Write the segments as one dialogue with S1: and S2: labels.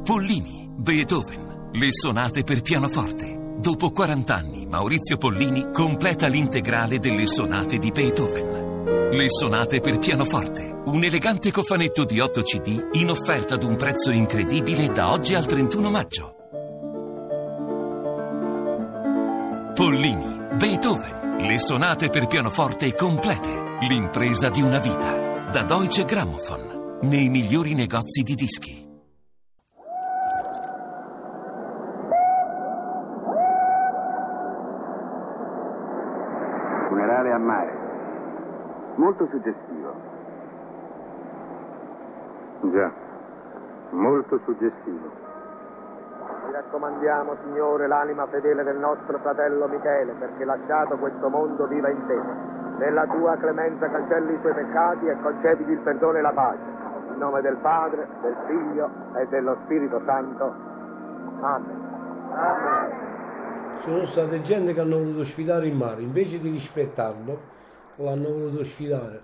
S1: Pollini, Beethoven, le sonate per pianoforte. Dopo 40 anni, Maurizio Pollini completa l'integrale delle sonate di Beethoven. Le sonate per pianoforte, un elegante cofanetto di 8 CD in offerta ad un prezzo incredibile da oggi al 31 maggio. Pollini, Beethoven, le sonate per pianoforte complete, l'impresa di una vita. Da Deutsche Grammophon, nei migliori negozi di dischi.
S2: Funerale a mare, molto suggestivo.
S3: Già, molto suggestivo.
S4: Vi raccomandiamo, Signore, l'anima fedele del nostro fratello Michele, perché lasciato questo mondo viva in te. Nella tua clemenza cancelli i suoi peccati e concedigli il perdono e la pace. In nome del Padre, del Figlio e dello Spirito Santo. Amen. Amen.
S5: Sono state gente che hanno voluto sfidare il mare, invece di rispettarlo, l'hanno voluto sfidare.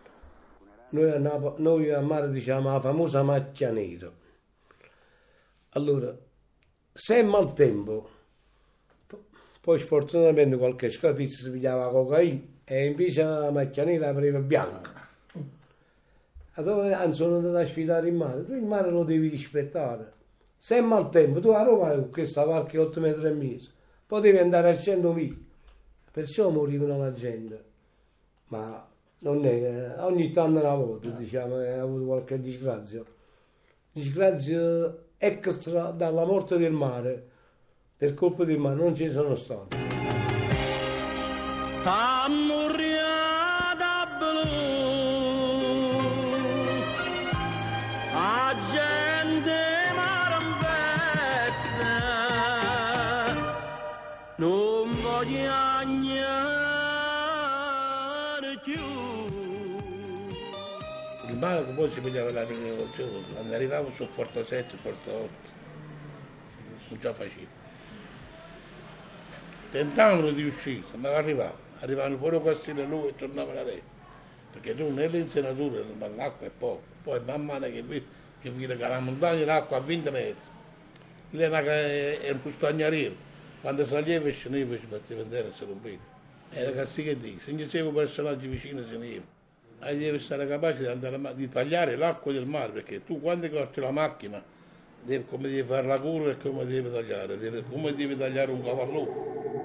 S5: Noi a mare diciamo la famosa macchia nera. Allora, se è maltempo, poi sfortunatamente qualche scafista si pigliava la cocaina e invece la macchia nera la preva bianca. Allora, sono andato a sfidare il mare, tu il mare lo devi rispettare. Se è maltempo, tu a Roma con questa varca 8 metri e mezzo, potevi andare a 100 miglia, perciò morivano la gente. Ma non è, ogni tanto una volta diciamo che ha avuto qualche disgrazia. Disgrazia extra dalla morte del mare, per colpa del mare non ci sono stati.
S6: Non voglio agnare più.
S7: Il mare che poi si pigliava la prima col giorno, quando arrivavo su Forte 7, Forte 8, non già facevo. Tentavano di uscire, ma arrivavano fuori Castello lui e tornavano a lei. Perché tu nell'insenatura l'acqua è poco, poi man mano che viene la montagna l'acqua a 20 metri. Lì è un stagnarino. Quando saliva e scendeva ci batteva in terra e si rompeva. Era così che dico, se non ci un personaggio vicino se ne iva. E devi essere capace di, di tagliare l'acqua del mare, perché tu quando corti la macchina, come devi fare la curva e come devi tagliare, come devi tagliare un cavallo.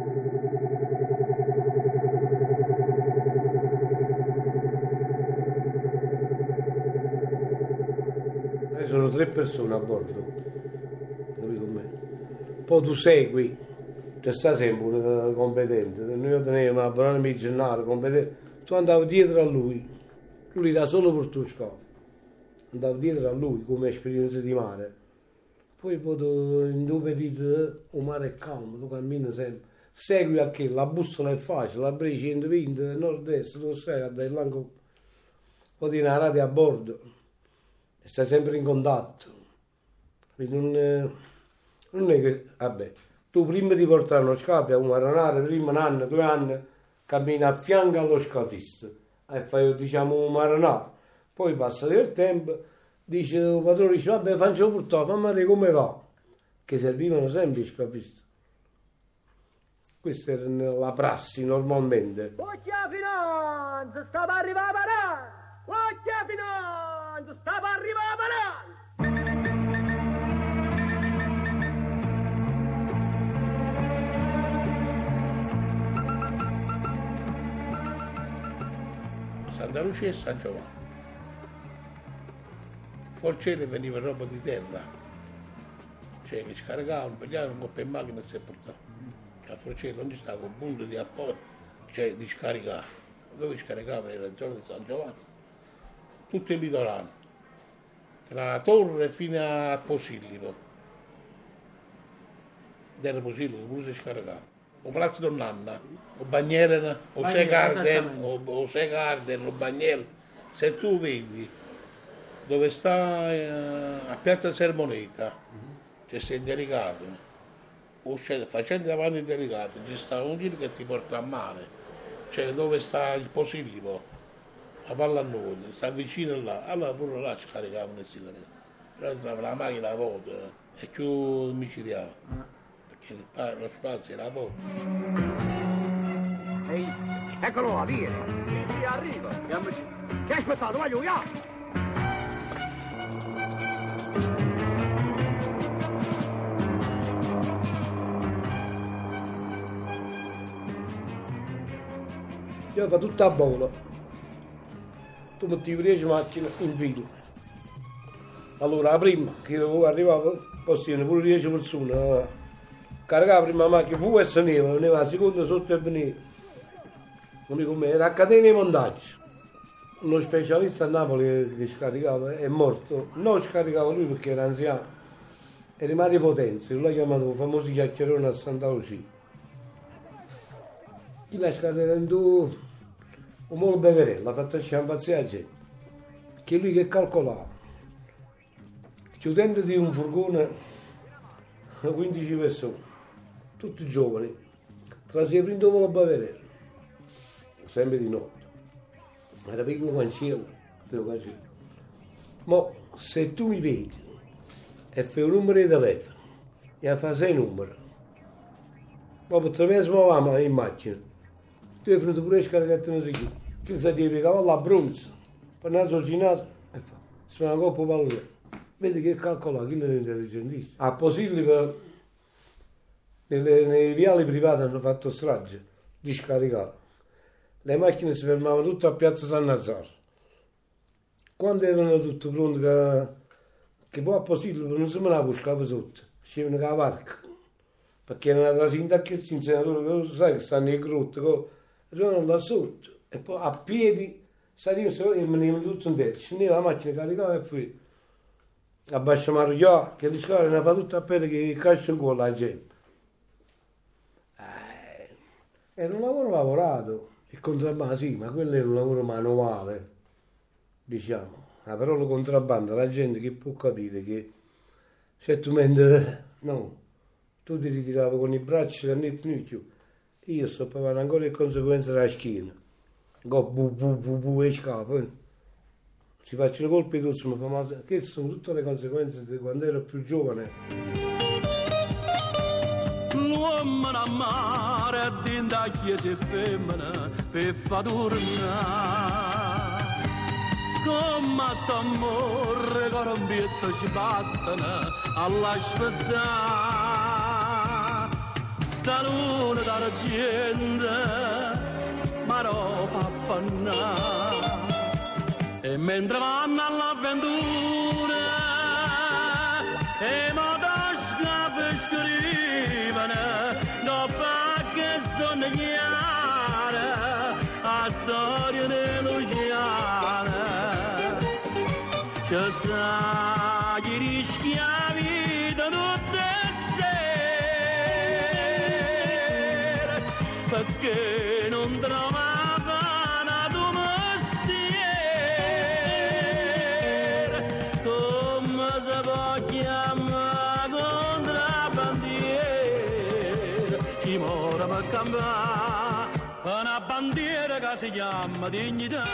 S5: Sono 3 persone a bordo, capito con me? Poi tu segui. C'è sta sempre un competente, noi tenevo una buona mezzinale competente, tu andavi dietro a lui era solo per tuo scopo, andavo dietro a lui come esperienza di mare, poi in 2 periodi il mare è calmo, tu cammini sempre, segui a che la bussola è facile, la breve 120, nord-est, tu stai a dare l'angolo, poi tieni la radio a bordo e stai sempre in contatto, quindi non è che, vabbè. Tu prima di portare uno scafo a un marinare, prima 1 anno, 2 anni, cammini a fianco allo scafista e fai diciamo un marinare. Poi passa del tempo, dice il padrone, dice vabbè faccio portare, fammi vedere come va. Che servivano sempre i scafisti. Questa era la prassi normalmente.
S4: Occhia finanza, sta per arrivare a Paranza! Occhia finanza, sta per arrivare a Paranza!
S7: Santa Lucia e San Giovanni. Forcelle veniva roba di terra, cioè che scaricavano, pigliavano un po' per macchina e si portavano. A Forcelle non ci stava un punto di appoggio, cioè di scaricare. Dove scaricavano era il giorno di San Giovanni, tutto il litorale, tra la torre fino a Posillipo. Era Posillipo, pure si scaricava. O Palazzo Donnanna, o Bagnelena, o Segarden, o Segarden, o Bagnel. Se tu vedi dove sta a Piazza Sermoneta, c'è sei delicato, facendo davanti il delicato, ci sta un giro che ti porta a mare, cioè dove sta il Posillipo, la palla a nuoto, sta vicino là, allora pure là scaricavano le sigarette. però entrava la macchina a vuota e più micidiale, perché lo spazio era vuoto.
S4: Ehi, eccolo là, vieni. Sì, arriva. Che hai aspettato, vai lui,
S5: Io fa tutta a bola. Tu mettevi 10 macchine in fila. Allora, la prima, che arrivava, possiamo pure 10 persone. Caricava la prima macchina, fu e se veniva la seconda sotto e veniva. Come me, era a catena di montaggio. Uno specialista a Napoli che scaricava è morto. Non scaricava lui perché era anziano. È rimasto Potenza, lui l'ha chiamato il famoso chiacchierone a Santa Lucia. Chi l'ha scatenato un molo beverello, ha fatto sciampazzare la gente. Che lui che calcolava. Chiudendo di un furgone 15 persone, tutti giovani, trasì prima un molo beverello, sempre di notte. Era piccolo cancello, ma se tu mi vedi e fai un numero di telefono e fai 6 numeri, poi attraverso la immagine, tu hai venuto pure a scaricare una seguita, che sa di cavallo a bronzo, per una socinata e fa, si fa una coppa pallone. Vedi che calcola, chi è intelligentissimo. A Posillipo, nei viali privati hanno fatto strage di scaricare. Le macchine si fermavano tutte a Piazza San Nazzaro. Quando erano tutte pronte, che poi a Posillipo non si me la buscava sotto, scendevano con la barca. Perché era una trasinta che il senatore, sai che stanno nei grotte, arrivavano là sotto. E poi a piedi salivano e venivano tutti in terra. Scendeva la macchina, caricava e poi a Basciamaruglia, che le scale ne fa tutto a piedi che cascia in cuore la gente. Era un lavoro lavorato. Il contrabbando sì, ma quello era un lavoro manuale, diciamo. La parola contrabbando, la gente che può capire che certamente no, tu ti ritiravi con i bracci e non più. Io sto pagando ancora le conseguenze della schiena. Go bu bu bu bu e scappo. Si facciano colpi tutti, mi fa male. Queste sono tutte le conseguenze di quando ero più giovane.
S6: L'uomo a mare dentro a chiesa e femmina per fa tornare come t'amore con un bietto ci battono all'aspettare sta luna d'argento ma non fa appannare e mentre vanno all'avventura e motoscape scrivono dopo che sognare a storia delusiana c'è sta chi rischia vita tutte sere perché non trovava una bandiera che si chiama dignità.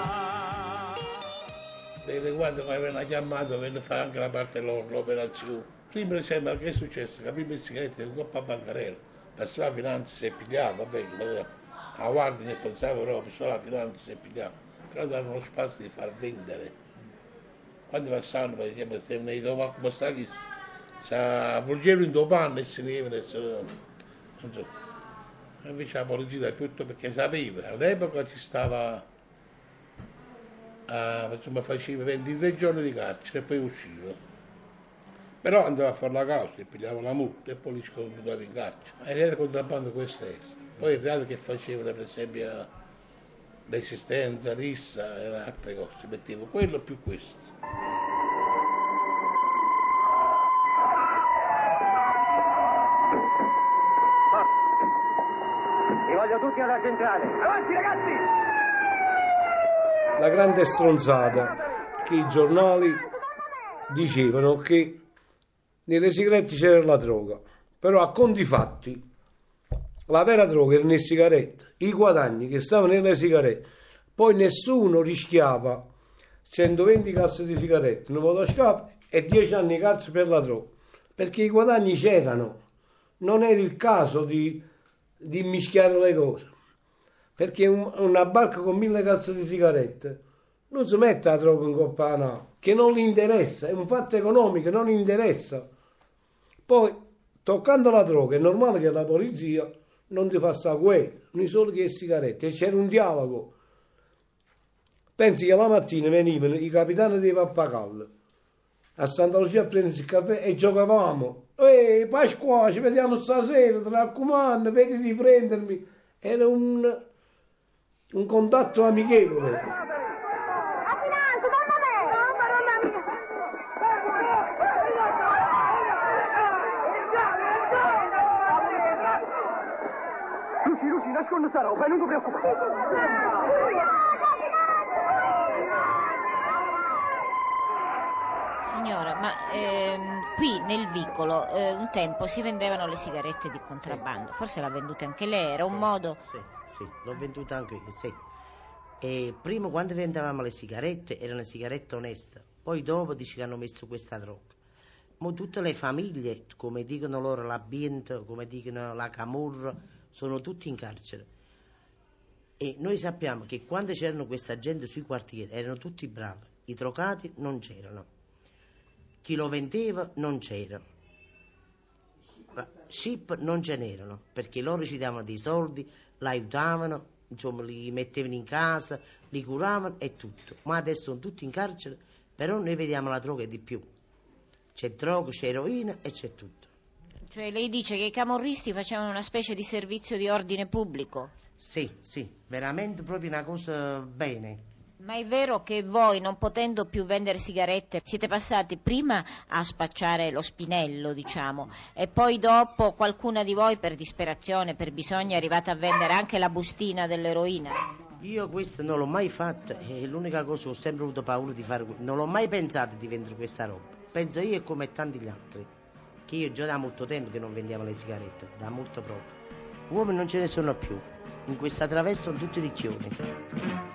S7: Vede quando mi avevano chiamato per fare anche la parte loro, l'operazione. Prima sembra che è successo, che prima il segreto del coppa bancarella, passava la finanza si è pigliato, vabbè, la guardia ne pensava proprio, solo la finanza si è pigliata, però davano lo spazio di far vendere. Quando passavano, per esempio, se nei dopo come sta chi, si avvolgevano in due panni e si venivano e insomma. Invece la polizia è tutto perché sapeva, all'epoca ci stava, insomma faceva 23 giorni di carcere e poi usciva. Però andava a fare la causa, e pigliava la multa e poi li scomputava in carcere. E il reato contrabbando questo è. Poi il reato che facevano per esempio l'esistenza, rissa, erano altre cose, mettevo quello più questo.
S4: Vi voglio tutti alla centrale. Avanti ragazzi!
S5: La grande stronzata che i giornali dicevano che nelle sigarette c'era la droga, però a conti fatti la vera droga era nelle sigarette, i guadagni che stavano nelle sigarette, poi nessuno rischiava 120 casse di sigarette in un motoscafo e 10 anni di carcere per la droga, perché i guadagni c'erano, non era il caso di mischiare le cose, perché una barca con 1000 casse di sigarette non si mette la droga in coppa alla nave, che non gli interessa, è un fatto economico, non gli interessa. Poi, toccando la droga, è normale che la polizia non ti faccia guerra, non solo che le sigarette, e c'era un dialogo. Pensi che la mattina venivano i capitani dei pappagalli a Santa Lucia a prendersi il caffè e giocavamo. Pasqua, ci vediamo stasera, ti raccomando, vedi di prendermi. Era un contatto amichevole.
S2: Luci, nascondo sta roba e non ti preoccupare.
S8: Signora, ma qui nel vicolo un tempo si vendevano le sigarette di contrabbando, forse l'ha vendute anche lei, era un modo...
S9: Sì, l'ho venduta anche io, sì. E prima quando vendevamo le sigarette erano sigarette oneste, poi dopo dici che hanno messo questa droga. Ma tutte le famiglie, come dicono loro l'ambiente, come dicono la camorra, sono tutti in carcere. E noi sappiamo che quando c'erano questa gente sui quartieri erano tutti bravi, i drogati non c'erano. Chi lo vendeva non c'era. Scip non ce n'erano, perché loro ci davano dei soldi, l'aiutavano, insomma li mettevano in casa, li curavano e tutto. Ma adesso sono tutti in carcere, però noi vediamo la droga di più. C'è droga, c'è eroina e c'è tutto.
S8: Cioè lei dice che i camorristi facevano una specie di servizio di ordine pubblico?
S9: Sì, veramente proprio una cosa bene.
S8: Ma è vero che voi, non potendo più vendere sigarette, siete passati prima a spacciare lo spinello, diciamo, e poi dopo qualcuna di voi per disperazione, per bisogno, è arrivata a vendere anche la bustina dell'eroina?
S9: Io questo non l'ho mai fatto, è l'unica cosa che ho sempre avuto paura di fare. Non l'ho mai pensato di vendere questa roba. Penso io come tanti gli altri, che io già da molto tempo che non vendiamo le sigarette, da molto proprio. Uomini non ce ne sono più, in questa traversa sono tutti ricchioni.